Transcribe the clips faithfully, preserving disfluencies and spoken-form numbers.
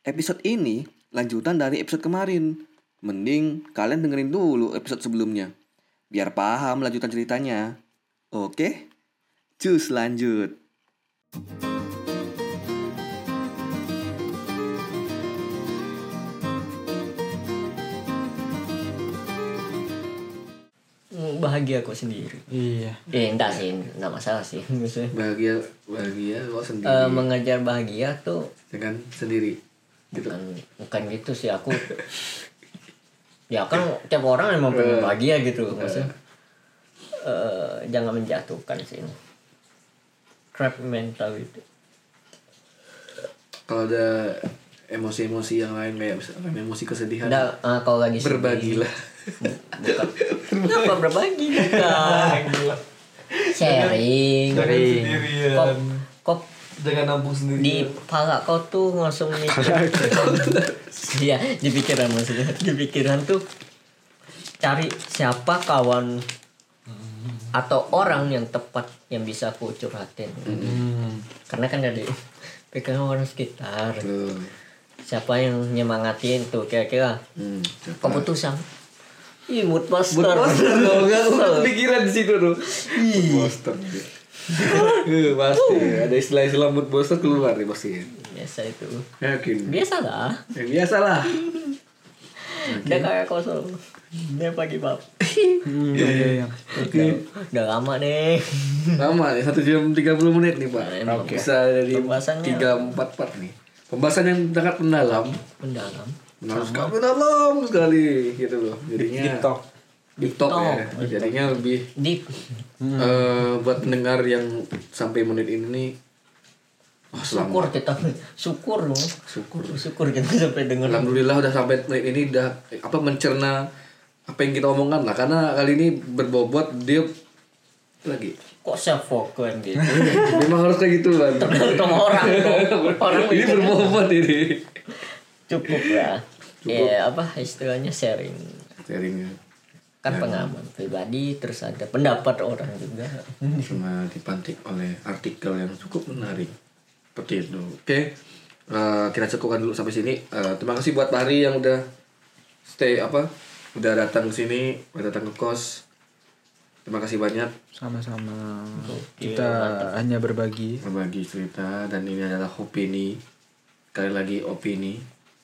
Episode ini lanjutan dari episode kemarin. Mending kalian dengerin dulu episode sebelumnya, biar paham lanjutan ceritanya. Oke? Cus lanjut. Bahagia kok sendiri. Iya. Eh enggak sih, enggak masalah sih. Maksudnya Bahagia, bahagia kok sendiri. eh, mengejar bahagia tuh Dengan sendiri. Gitu. bukan bukan gitu sih aku. Ya kan tiap orang emang pengen bahagia gitu maksudnya. Eh, jangan menjatuhkan sih. Trap mental itu. Kalau ada emosi-emosi yang lain kayak misalkan emosi kesedihan, Enggak, eh, kalau lagi sedih. berbagilah. Bukan. Kenapa berbagi? Bukan. Sharing. Sharing. Kok kok Jangan nampung sendiri. di kepala kau tuh langsung mikir. Iya, di pikiran maksudnya. Di pikiran tuh cari siapa kawan atau orang yang tepat yang bisa aku curhatin. Hmm. Karena kan ada pikiran orang sekitar. Tuh. Siapa yang nyemangatin tuh kira-kira Hmm. keputusan. Ih, mood buster. Kalau enggak aku kepikiran di situ tuh. Booster. Eh, pasti ada istilah-istilah mood booster keluar nih pasti. Biasa itu. Yakin. Biasa lah. Ya, biasalah. Udah kayak kosong. Dia pagi bab. Iya iya iya. Oke. Udah lama deh. Lama nih, satu jam tiga puluh menit nih Pak. Emang Bisa dari pembahasannya- tiga empat part nih. Pembahasan yang sangat mendalam. Mendalam. Mendalam sekali, mendalam sekali gitu loh. Jadinya Deep talk. Deep talk ya. Deep talk. Jadinya lebih Deep. eh, buat pendengar yang sampai menit ini nih, wah Syukur selamat. kita. Syukur dong. Syukur. Syukur kita sampai denger. Alhamdulillah udah sampai menit ini udah apa mencerna apa yang kita omongkan lah, karena kali ini berbobot dia lagi. Kok self focus gitu. Memang harus kayak gitu kan. Tergantung orang dong. Orang Ini mikirnya berbobot ini. cukup lah. Ya apa istilahnya sharing. Sharingnya Kan pengalaman pribadi terus ada pendapat orang juga. cuma dipantik oleh artikel yang cukup menarik seperti itu. Oke, Eh, kita cukupkan dulu sampai sini. Eh, terima kasih buat Pak Hari yang udah stay apa, udah datang ke sini, udah datang ke kos. Terima kasih banyak Sama-sama. Oke, Kita hanya berbagi. berbagi cerita, dan ini adalah opini, sekali lagi opini,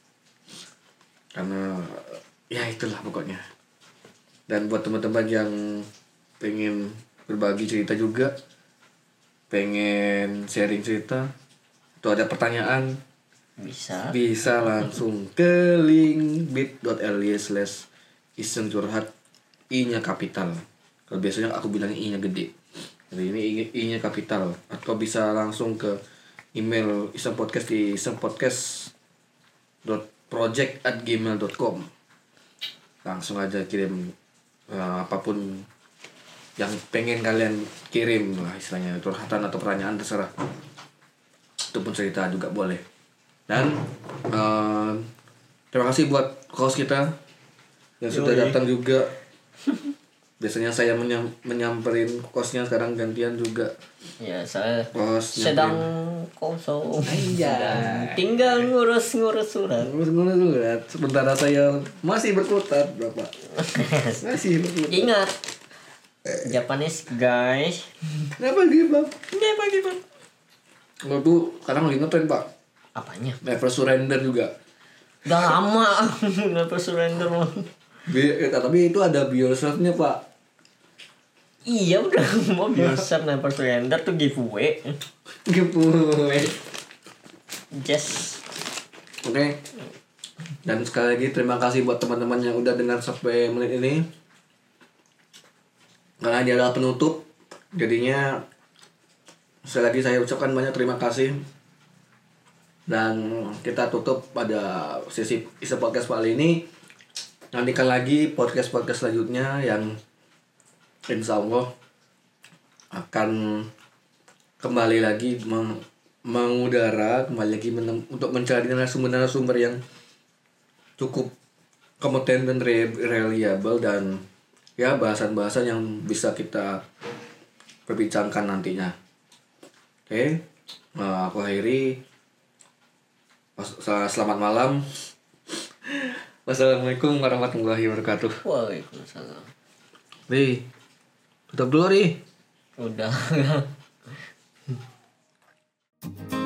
karena ya itulah pokoknya. Dan buat teman-teman yang pengen berbagi cerita juga, pengen sharing cerita, atau ada pertanyaan, Bisa. bisa langsung ke link bit.ly slash iseng curhat, i-nya kapital. Kalau biasanya aku bilangnya i-nya gede, jadi ini I- i-nya kapital. Atau bisa langsung ke email iseng podcast di isengpodcast dot project at gmail dot com. Langsung aja kirim eh, apapun yang pengen kalian kirim lah, istilahnya curhatan atau pertanyaan terserah. Itu pun cerita juga boleh. Dan eh, terima kasih buat host kita yang sudah Yoi. datang juga. Biasanya saya menyam, menyamperin kosnya, sekarang gantian juga Ya saya kos sedang nyamperin. kosong. Anjay. Sedang tinggal ngurus-ngurus surat. Ngurus-ngurus dulu ya. Sementara saya masih berkutat, Bapak. Masih berkutat. Ingat Japanese guys. Kenapa gitu, Bang? Nggak pagi bang. Kalau tuh kadang lagi ngetren, Pak. Apanya? Never surrender juga. Udah lama nggak surrender mah. Bi- eh, tapi itu ada biosernya, Pak. Iya udah mau biasa never surrender tuh giveaway. Giveaway. Just Oke. Dan sekali lagi terima kasih buat teman-teman yang udah dengar sampai menit ini. Karena dia adalah penutup, jadinya sekali lagi saya ucapkan banyak terima kasih. Dan kita tutup pada sesi Iseng Podcast kali ini. Nantikan lagi podcast-podcast selanjutnya yang insya Allah akan kembali lagi meng- mengudara, kembali lagi menem- untuk mencari narasumber-narasumber yang cukup kompeten dan re- reliable, dan ya bahasan-bahasan yang bisa kita perbincangkan nantinya. Oke, Nah, aku akhiri. Selamat malam. Wassalamualaikum warahmatullahi wabarakatuh. Waalaikumsalam. Ri, tutup dulu Ri. Udah.